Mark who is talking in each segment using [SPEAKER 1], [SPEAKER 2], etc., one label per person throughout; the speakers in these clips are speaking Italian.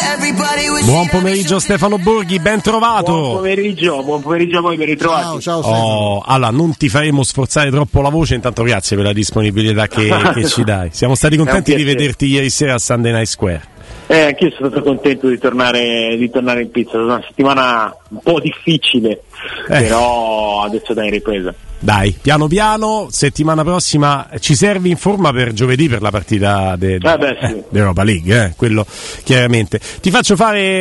[SPEAKER 1] Buon pomeriggio Stefano Borghi, ben trovato.
[SPEAKER 2] Buon pomeriggio a voi, ben ritrovati.
[SPEAKER 1] Ciao. Allora, non ti faremo sforzare troppo la voce, intanto grazie per la disponibilità che ci dai. Siamo stati contenti di vederti ieri sera a Sunday Night Square.
[SPEAKER 2] Anch'io sono stato contento di tornare in pizza, è una settimana un po' difficile, però adesso dai, ripresa.
[SPEAKER 1] Dai, piano piano, settimana prossima ci servi in forma per giovedì per la partita dell'Europa League, quello chiaramente. Ti faccio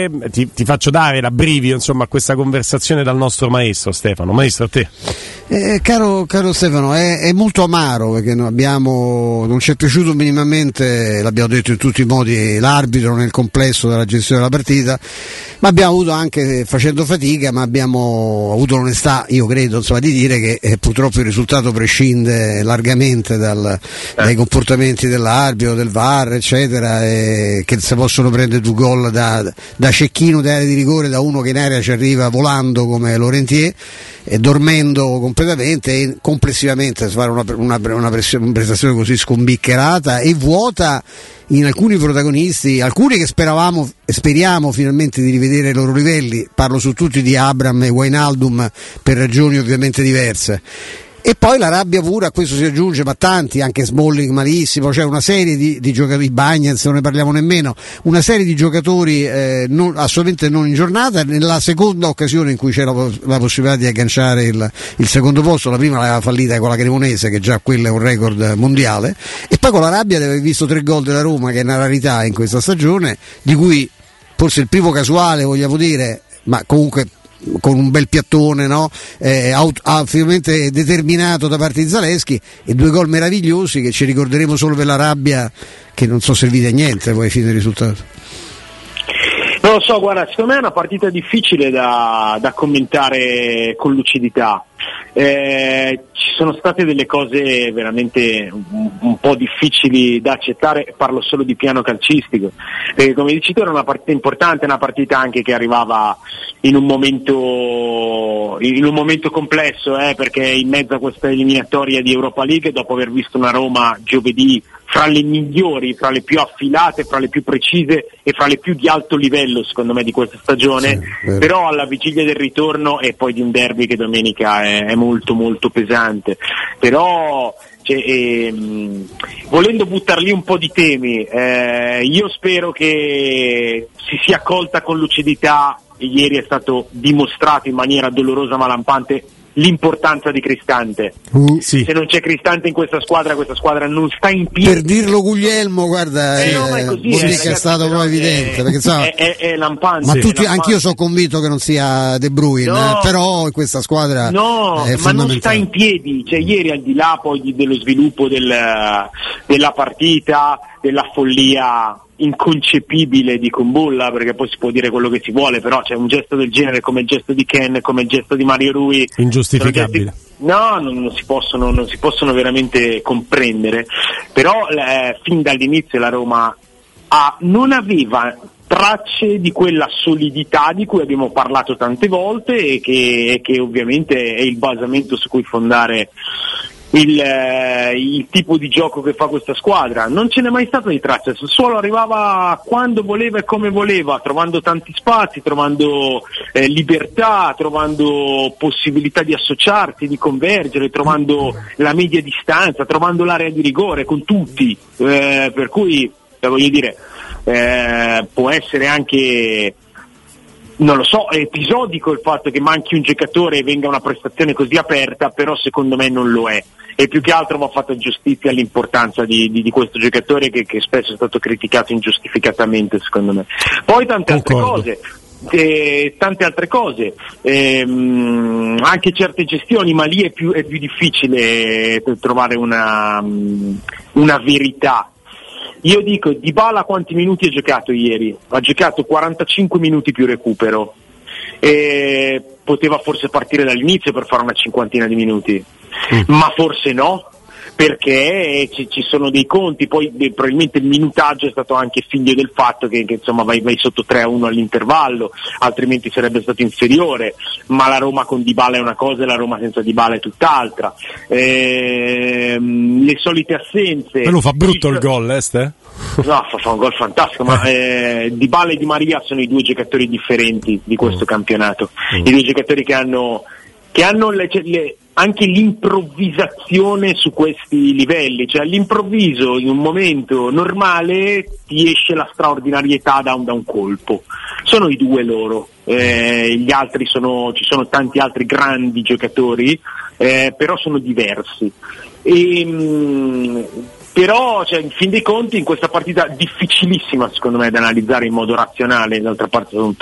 [SPEAKER 1] dare l'abbrivio, insomma, a questa conversazione dal nostro maestro Stefano. Maestro, a te.
[SPEAKER 3] Caro Stefano, è molto amaro perché non ci è piaciuto minimamente, l'abbiamo detto in tutti i modi, l'arbitro nel complesso della gestione della partita, ma abbiamo avuto anche, facendo fatica, ma abbiamo avuto l'onestà, io credo, insomma, di dire che purtroppo il risultato prescinde largamente dai comportamenti dell'arbitro, del VAR, eccetera, e che si possono prendere 2 gol da cecchino di area di rigore, da uno che in area ci arriva volando come Laurentier e dormendo completamente, e complessivamente fare una prestazione così scombiccherata e vuota in alcuni protagonisti, alcuni che speravamo e speriamo finalmente di rivedere i loro livelli, parlo su tutti di Abraham e Wijnaldum per ragioni ovviamente diverse. E poi la rabbia pura, a questo si aggiunge, ma tanti, anche Smalling malissimo, cioè una serie di giocatori, Bagnez non ne parliamo nemmeno, una serie di giocatori assolutamente non in giornata. Nella seconda occasione in cui c'era la possibilità di agganciare il secondo posto, la prima l'aveva fallita con la Cremonese, che già quello è un record mondiale, e poi con la rabbia di aver visto 3 gol della Roma, che è una rarità in questa stagione, di cui forse il primo casuale, vogliamo dire, ma comunque con un bel piattone, no? Ha finalmente determinato da parte di Zalewski, e 2 gol meravigliosi che ci ricorderemo solo per la rabbia, che non sono serviti a niente poi ai fini del risultato.
[SPEAKER 2] Non lo so, guarda, secondo me è una partita difficile da commentare con lucidità. Ci sono state delle cose veramente un po' difficili da accettare, parlo solo di piano calcistico, perché come dici tu era una partita importante, una partita anche che arrivava in un momento complesso, perché in mezzo a questa eliminatoria di Europa League, dopo aver visto una Roma giovedì fra le migliori, fra le più affilate, fra le più precise e fra le più di alto livello secondo me di questa stagione, sì, però alla vigilia del ritorno e poi di un derby che domenica è molto molto pesante, però volendo buttar lì un po' di temi, io spero che si sia colta con lucidità. Ieri è stato dimostrato in maniera dolorosa ma lampante l'importanza di Cristante.
[SPEAKER 1] Sì.
[SPEAKER 2] Se non c'è Cristante in questa squadra non sta in piedi.
[SPEAKER 3] Per dirlo Guglielmo, guarda,
[SPEAKER 2] è così,
[SPEAKER 3] che è stato proprio evidente, perché insomma,
[SPEAKER 2] è lampante.
[SPEAKER 3] Ma
[SPEAKER 2] lampante.
[SPEAKER 3] Anch'io sono convinto che non sia De Bruyne, però in questa squadra è fondamentale.
[SPEAKER 2] Ma non sta in piedi, ieri, al di là poi dello sviluppo della partita, della follia inconcepibile di Kumbulla, perché poi si può dire quello che si vuole, però c'è un gesto del genere, come il gesto di Ken, come il gesto di Mario Rui,
[SPEAKER 1] ingiustificabile.
[SPEAKER 2] Non si possono veramente comprendere, però fin dall'inizio la Roma non aveva tracce di quella solidità di cui abbiamo parlato tante volte e che ovviamente è il basamento su cui fondare il tipo di gioco che fa questa squadra. Non ce n'è mai stata di traccia, Sassuolo arrivava quando voleva e come voleva, trovando tanti spazi, trovando libertà, trovando possibilità di associarsi, di convergere, trovando la media distanza, trovando l'area di rigore con tutti, per cui voglio dire, può essere anche, non lo so, è episodico il fatto che manchi un giocatore e venga una prestazione così aperta, però secondo me non lo è, e più che altro va fatta giustizia all'importanza di questo giocatore che spesso è stato criticato ingiustificatamente, secondo me. Poi tante altre cose, anche certe gestioni, ma lì è più difficile trovare una verità. Io dico, Dybala quanti minuti ha giocato ieri? Ha giocato 45 minuti più recupero, e poteva forse partire dall'inizio per fare una 50ina di minuti, ma forse no, perché ci sono dei conti, poi probabilmente il minutaggio è stato anche figlio del fatto che insomma vai sotto 3-1 all'intervallo, altrimenti sarebbe stato inferiore, ma la Roma con Dybala è una cosa e la Roma senza Dybala è tutt'altra. Le solite assenze.
[SPEAKER 1] Quello fa brutto il gol, Este?
[SPEAKER 2] No, fa un gol fantastico, ma Dybala e Di Maria sono i due giocatori differenti di questo campionato, i due giocatori che hanno anche l'improvvisazione su questi livelli, cioè all'improvviso in un momento normale ti esce la straordinarietà da un colpo. Sono i due loro, gli altri ci sono tanti altri grandi giocatori, però sono diversi. Però in fin dei conti in questa partita difficilissima secondo me da analizzare in modo razionale, d'altra parte sono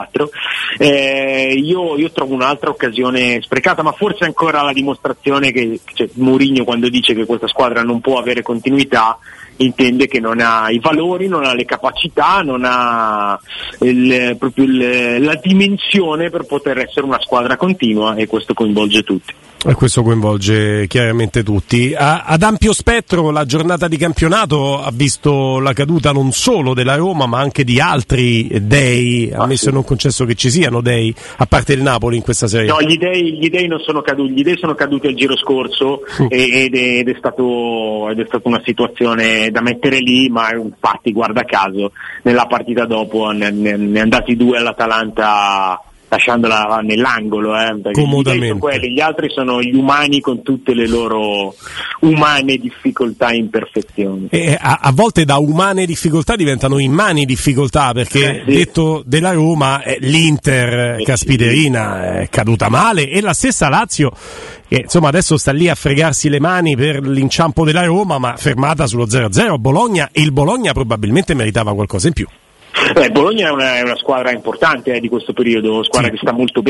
[SPEAKER 2] 3-4, io trovo un'altra occasione sprecata, ma forse ancora la dimostrazione che Mourinho, quando dice che questa squadra non può avere continuità, intende che non ha i valori, non ha le capacità, non ha proprio la dimensione per poter essere una squadra continua, e questo coinvolge tutti.
[SPEAKER 1] E questo coinvolge chiaramente tutti. Ad ampio spettro la giornata di campionato ha visto la caduta non solo della Roma ma anche di altri dei, ammesso e non concesso che ci siano dei, a parte il Napoli in questa serie.
[SPEAKER 2] No, gli dei non sono caduti, gli dei sono caduti al giro scorso ed è stato una situazione da mettere lì, ma infatti guarda caso nella partita dopo ne è andati 2 all'Atalanta lasciandola nell'angolo, comodamente. Gli altri sono gli umani con tutte le loro umane difficoltà e imperfezioni.
[SPEAKER 1] E a volte da umane difficoltà diventano immani difficoltà, perché detto della Roma l'Inter caspiterina è caduta male, e la stessa Lazio che insomma adesso sta lì a fregarsi le mani per l'inciampo della Roma, ma fermata sullo 0-0 a Bologna, e il Bologna probabilmente meritava qualcosa in più.
[SPEAKER 2] Bologna è una squadra importante di questo periodo, squadra che sta molto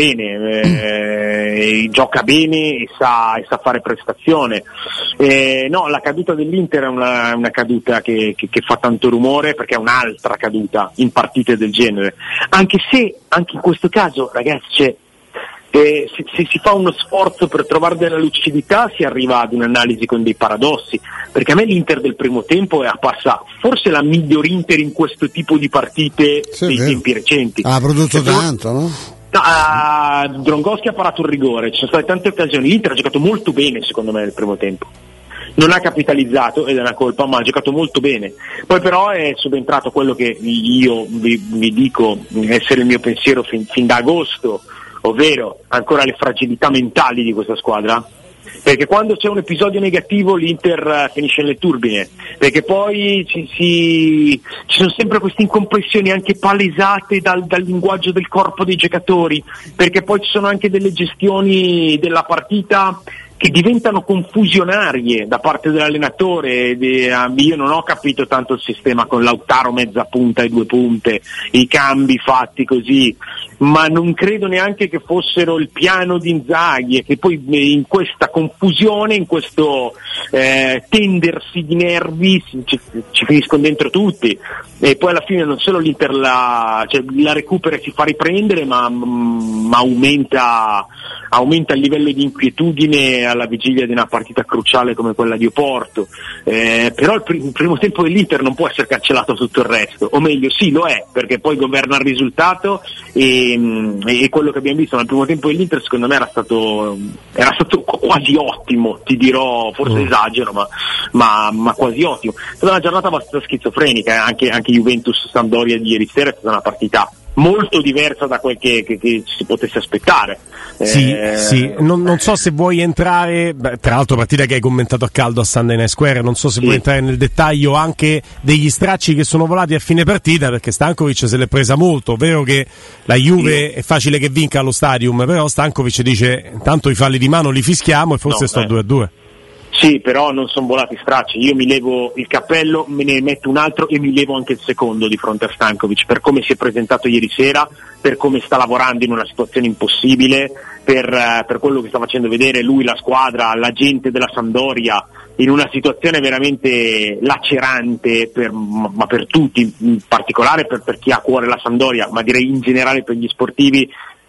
[SPEAKER 2] bene, gioca bene e sa fare prestazione. No, la caduta dell'Inter è una caduta che fa tanto rumore, perché è un'altra caduta in partite del genere, anche se anche in questo caso, ragazzi, se si fa uno sforzo per trovare della lucidità si arriva ad un'analisi con dei paradossi, perché a me l'Inter del primo tempo è apparsa forse la miglior Inter in questo tipo di partite dei tempi recenti.
[SPEAKER 3] Ha prodotto tanto, no?
[SPEAKER 2] Drongowski ha parato il rigore, ci sono state tante occasioni, l'Inter ha giocato molto bene secondo me nel primo tempo, non ha capitalizzato ed è una colpa, ma ha giocato molto bene. Poi però è subentrato quello che io vi dico essere il mio pensiero fin da agosto, ovvero ancora le fragilità mentali di questa squadra, perché quando c'è un episodio negativo l'Inter finisce nelle turbine, perché poi ci sono sempre queste incompressioni anche palesate dal linguaggio del corpo dei giocatori, perché poi ci sono anche delle gestioni della partita che diventano confusionarie da parte dell'allenatore. Io non ho capito tanto il sistema con Lautaro mezza punta e 2 punte, i cambi fatti così, ma non credo neanche che fossero il piano di Inzaghi, e che poi in questa confusione, in questo tendersi di nervi ci finiscono dentro tutti, e poi alla fine non solo l'Inter la recupera e si fa riprendere, ma aumenta il livello di inquietudine alla vigilia di una partita cruciale come quella di Oporto. Però il primo tempo dell'Inter non può essere cancellato tutto il resto, o meglio sì lo è, perché poi governa il risultato, e quello che abbiamo visto nel primo tempo dell'Inter secondo me era stato quasi ottimo, ti dirò, forse esagero, ma quasi ottimo. È stata una giornata abbastanza schizofrenica, anche Juventus-Sampdoria di ieri sera è stata una partita molto diversa da quel che si potesse aspettare.
[SPEAKER 1] Sì. Non so se vuoi entrare, tra l'altro partita che hai commentato a caldo a Sunday Night Square, non so se vuoi entrare nel dettaglio anche degli stracci che sono volati a fine partita, perché Stankovic se l'è presa molto. Vero che la Juve è facile che vinca allo Stadium, però Stankovic dice intanto i falli di mano li fischiamo e forse sto 2-2.
[SPEAKER 2] Sì, però non sono volati stracci, io mi levo il cappello, me ne metto un altro e mi levo anche il secondo di fronte a Stankovic, per come si è presentato ieri sera, per come sta lavorando in una situazione impossibile, per quello che sta facendo vedere lui, la squadra, la gente della Sampdoria, in una situazione veramente lacerante ma per tutti, in particolare per chi ha a cuore la Sampdoria, ma direi in generale per gli sportivi.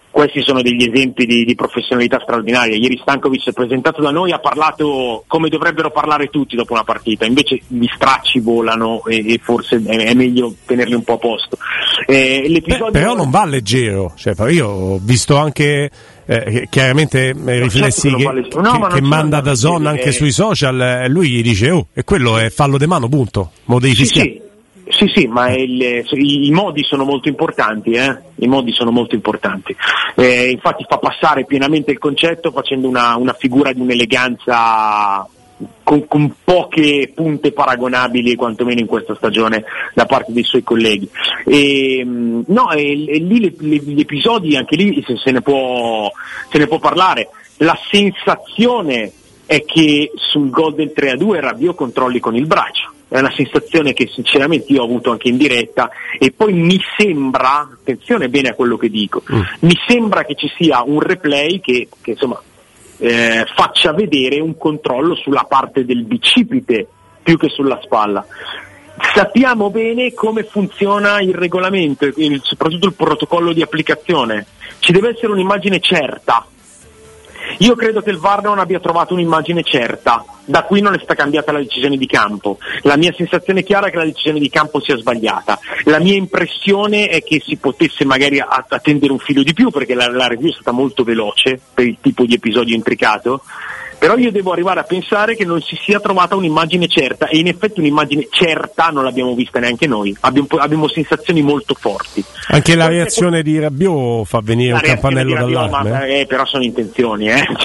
[SPEAKER 2] questi sono degli esempi di professionalità straordinaria. Ieri Stankovic si è presentato da noi, ha parlato come dovrebbero parlare tutti dopo una partita, invece gli stracci volano e forse è meglio tenerli un po' a posto.
[SPEAKER 1] Però non va leggero, cioè, io ho visto anche chiaramente riflessi che manda da Zon anche sui social, lui gli dice e quello è fallo di mano, punto, mo devi fischiare.
[SPEAKER 2] Sì, ma i modi sono molto importanti, i modi sono molto importanti. Infatti fa passare pienamente il concetto facendo una figura di un'eleganza con poche punte paragonabili, quantomeno in questa stagione, da parte dei suoi colleghi. Lì gli episodi, anche lì se ne può parlare. La sensazione è che sul gol del 3-2 Rabiot controlli con il braccio. È una sensazione che sinceramente io ho avuto anche in diretta, e poi mi sembra, attenzione bene a quello che dico, mi sembra che ci sia un replay che insomma faccia vedere un controllo sulla parte del bicipite più che sulla spalla. Sappiamo bene come funziona il regolamento, soprattutto il protocollo di applicazione. Ci deve essere un'immagine certa. Io credo che il VAR non abbia trovato un'immagine certa, da qui non è stata cambiata la decisione di campo. La mia sensazione chiara è che la decisione di campo sia sbagliata. La mia impressione è che si potesse magari attendere un filo di più, perché la review è stata molto veloce per il tipo di episodio intricato, però io devo arrivare a pensare che non si sia trovata un'immagine certa, e in effetti un'immagine certa non l'abbiamo vista neanche noi, abbiamo sensazioni molto forti.
[SPEAKER 1] Anche la reazione di Rabiot fa venire un campanello d'allarme.
[SPEAKER 2] Però sono intenzioni,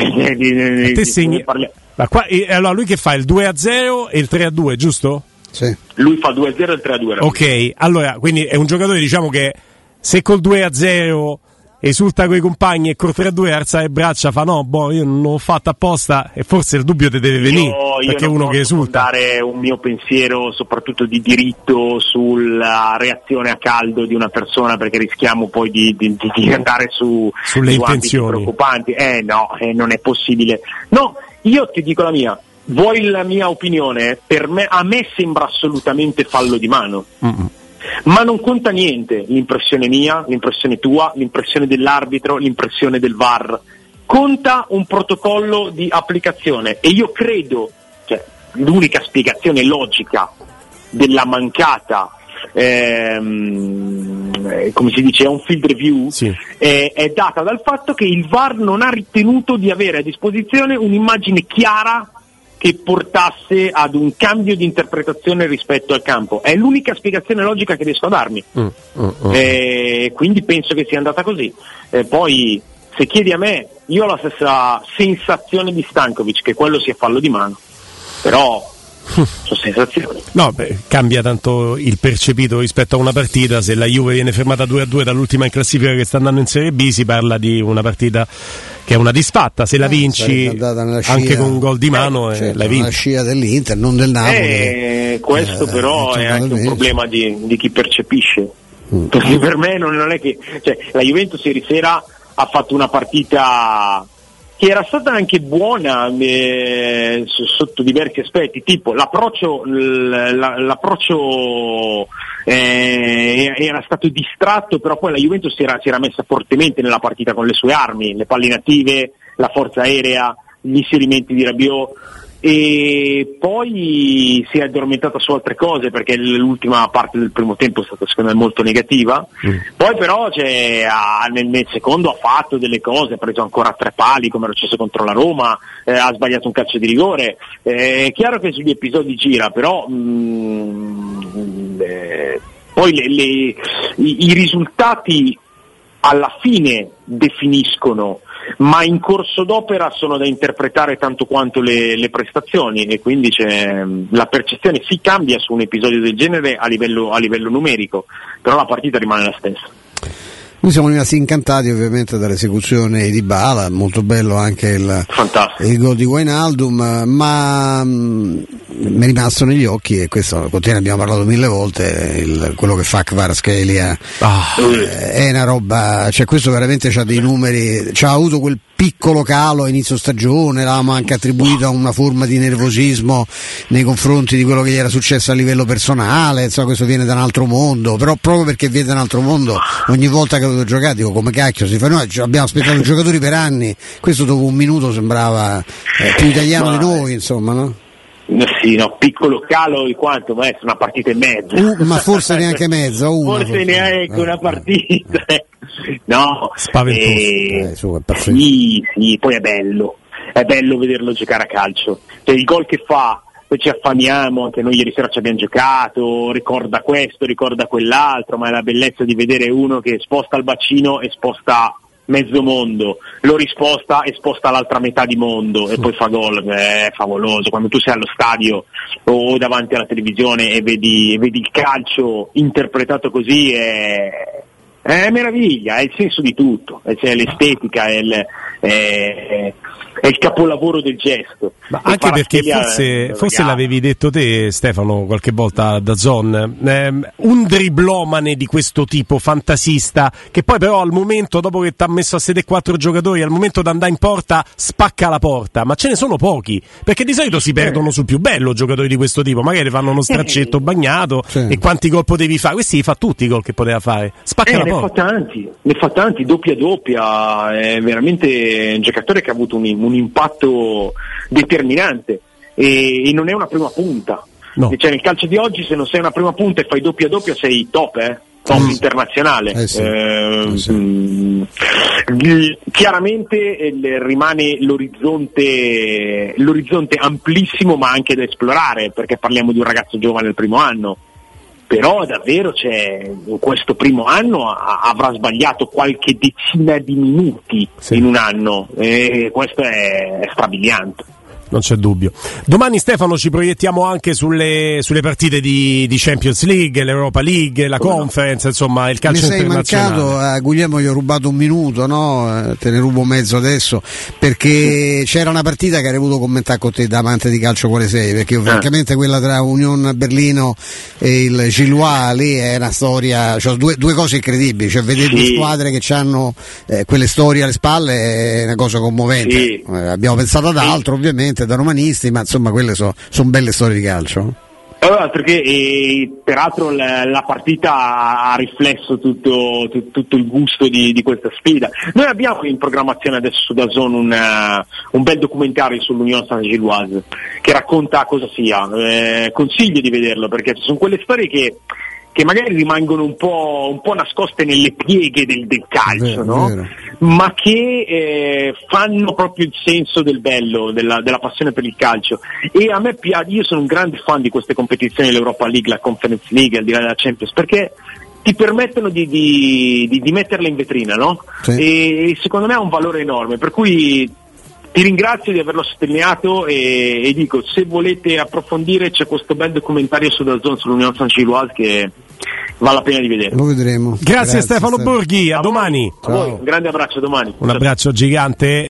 [SPEAKER 1] allora lui che fa il 2-0 e il 3-2, giusto?
[SPEAKER 2] Sì. Lui fa il 2-0 e il 3-2.
[SPEAKER 1] Ok, allora quindi è un giocatore, diciamo, che se col 2-0 esulta coi compagni e col 3-2 alza le braccia, fa io non l'ho fatto apposta, e forse il dubbio te deve venire, perché uno che esulta.
[SPEAKER 2] Io non posso dare un mio pensiero, soprattutto di diritto, sulla reazione a caldo di una persona, perché rischiamo poi di andare
[SPEAKER 1] sulle intenzioni
[SPEAKER 2] preoccupanti. Non è possibile. No, io ti dico la mia. Vuoi la mia opinione? A me sembra assolutamente fallo di mano. Ma non conta niente l'impressione mia, l'impressione tua, l'impressione dell'arbitro, l'impressione del VAR. Conta un protocollo di applicazione, e io credo che l'unica spiegazione logica della mancata come si dice, un field review,
[SPEAKER 1] sì,
[SPEAKER 2] è data dal fatto che il VAR non ha ritenuto di avere a disposizione un'immagine chiara che portasse ad un cambio di interpretazione rispetto al campo. È l'unica spiegazione logica che riesco a darmi. Quindi penso che sia andata così. Poi, se chiedi a me, io ho la stessa sensazione di Stankovic, che quello sia fallo di mano, però sono sensazioni.
[SPEAKER 1] Cambia tanto il percepito rispetto a una partita. Se la Juve viene fermata 2-2 dall'ultima in classifica che sta andando in Serie B, si parla di una partita che è una disfatta. Se la vinci anche con un gol di mano, l'hai vinta.
[SPEAKER 3] La scia dell'Inter, non del Napoli.
[SPEAKER 2] Questo però è anche un problema di chi percepisce, perché per me non è che, la Juventus ieri sera ha fatto una partita che era stata anche buona sotto diversi aspetti, tipo l'approccio era stato distratto, però poi la Juventus si era messa fortemente nella partita con le sue armi, le palline, la forza aerea, gli inserimenti di Rabiot, e poi si è addormentata su altre cose, perché l'ultima parte del primo tempo è stata secondo me molto negativa. Poi però nel secondo ha fatto delle cose, ha preso ancora 3 pali come era successo contro la Roma, ha sbagliato un calcio di rigore. È chiaro che sugli episodi gira, però poi i risultati alla fine definiscono, ma in corso d'opera sono da interpretare tanto quanto le prestazioni, e quindi la percezione si cambia su un episodio del genere a livello numerico, però la partita rimane la stessa.
[SPEAKER 3] Noi siamo rimasti incantati ovviamente dall'esecuzione di Dybala, molto bello anche il gol di Wijnaldum, ma mi è rimasto negli occhi, e questo abbiamo parlato 1000 volte, quello che fa Kvaratskhelia è una roba, cioè questo veramente c'ha dei numeri, c'ha avuto quel piccolo calo a inizio stagione, l'avevamo anche attribuito a una forma di nervosismo nei confronti di quello che gli era successo a livello personale, insomma questo viene da un altro mondo, però proprio perché viene da un altro mondo ogni volta che avevo giocato dico come cacchio si fa, noi abbiamo aspettato i giocatori per anni, questo dopo un minuto sembrava più italiano di noi, insomma, no?
[SPEAKER 2] Sì, no, piccolo calo di quanto? Ma è una partita e mezza.
[SPEAKER 3] Ma forse neanche mezza,
[SPEAKER 2] forse neanche una partita. No,
[SPEAKER 1] spaventoso.
[SPEAKER 2] Sì, poi è bello vederlo giocare a calcio. Cioè, il gol che fa, poi ci affamiamo, anche noi ieri sera ci abbiamo giocato, ricorda questo, ricorda quell'altro, ma è la bellezza di vedere uno che sposta il bacino e sposta mezzo mondo, lo risposta e sposta l'altra metà di mondo e poi fa gol, è favoloso. Quando tu sei allo stadio o davanti alla televisione e vedi il calcio interpretato così è meraviglia, è il senso di tutto, c'è l'estetica, è il capolavoro del gesto.
[SPEAKER 1] Ma anche perché forse l'avevi detto te, Stefano, qualche volta da Zon, un driblomane di questo tipo, fantasista, che poi però al momento, dopo che ti ha messo a sedere 4 giocatori, al momento di andare in porta spacca la porta, ma ce ne sono pochi, perché di solito si perdono sul più bello giocatori di questo tipo, magari fanno uno straccetto bagnato e quanti gol potevi fare, questi li fa tutti i gol che poteva fare, spacca la porta.
[SPEAKER 2] Ne fa tanti, doppia, è veramente un giocatore che ha avuto un impatto determinante e non è una prima punta,
[SPEAKER 1] no.
[SPEAKER 2] Cioè nel calcio di oggi se non sei una prima punta e fai doppia sei top internazionale. Chiaramente rimane l'orizzonte amplissimo ma anche da esplorare, perché parliamo di un ragazzo giovane del primo anno, però davvero in questo primo anno avrà sbagliato qualche decina di minuti in un anno e questo è strabiliante.
[SPEAKER 1] Non c'è dubbio. Domani, Stefano, ci proiettiamo anche sulle partite di Champions League, l'Europa League, la Conference, insomma il calcio internazionale.
[SPEAKER 3] Mi sei mancato, Guglielmo, gli ho rubato un minuto, no? Te ne rubo mezzo adesso, perché c'era una partita che avrei voluto commentare con te da amante di calcio quale sei, perché io francamente quella tra Union Berlino e il Gillois lì è una storia, cioè due cose incredibili, cioè vedere due squadre che hanno quelle storie alle spalle è una cosa commovente. Abbiamo pensato ad altro ovviamente da romanisti, ma insomma quelle sono belle storie di calcio.
[SPEAKER 2] Perché peraltro la partita ha riflesso tutto il gusto di questa sfida. Noi abbiamo in programmazione adesso su DAZN un bel documentario sull'Union Saint-Gilloise che racconta cosa sia. Consiglio di vederlo, perché sono quelle storie che magari rimangono un po' nascoste nelle pieghe del calcio, no?
[SPEAKER 3] Vero.
[SPEAKER 2] Ma che fanno proprio il senso del bello, della passione per il calcio. E a me piace, io sono un grande fan di queste competizioni, l'Europa League, la Conference League, al di là della Champions, perché ti permettono di metterle in vetrina, no?
[SPEAKER 3] Sì.
[SPEAKER 2] E secondo me ha un valore enorme, per cui ti ringrazio di averlo sottolineato e dico, se volete approfondire c'è questo bel documentario su DAZN sull'Union Saint-Gilloise che vale la pena di vedere.
[SPEAKER 3] Lo vedremo.
[SPEAKER 1] Grazie Stefano Borghi, a domani.
[SPEAKER 2] A voi, un grande abbraccio, a domani.
[SPEAKER 1] Un abbraccio gigante.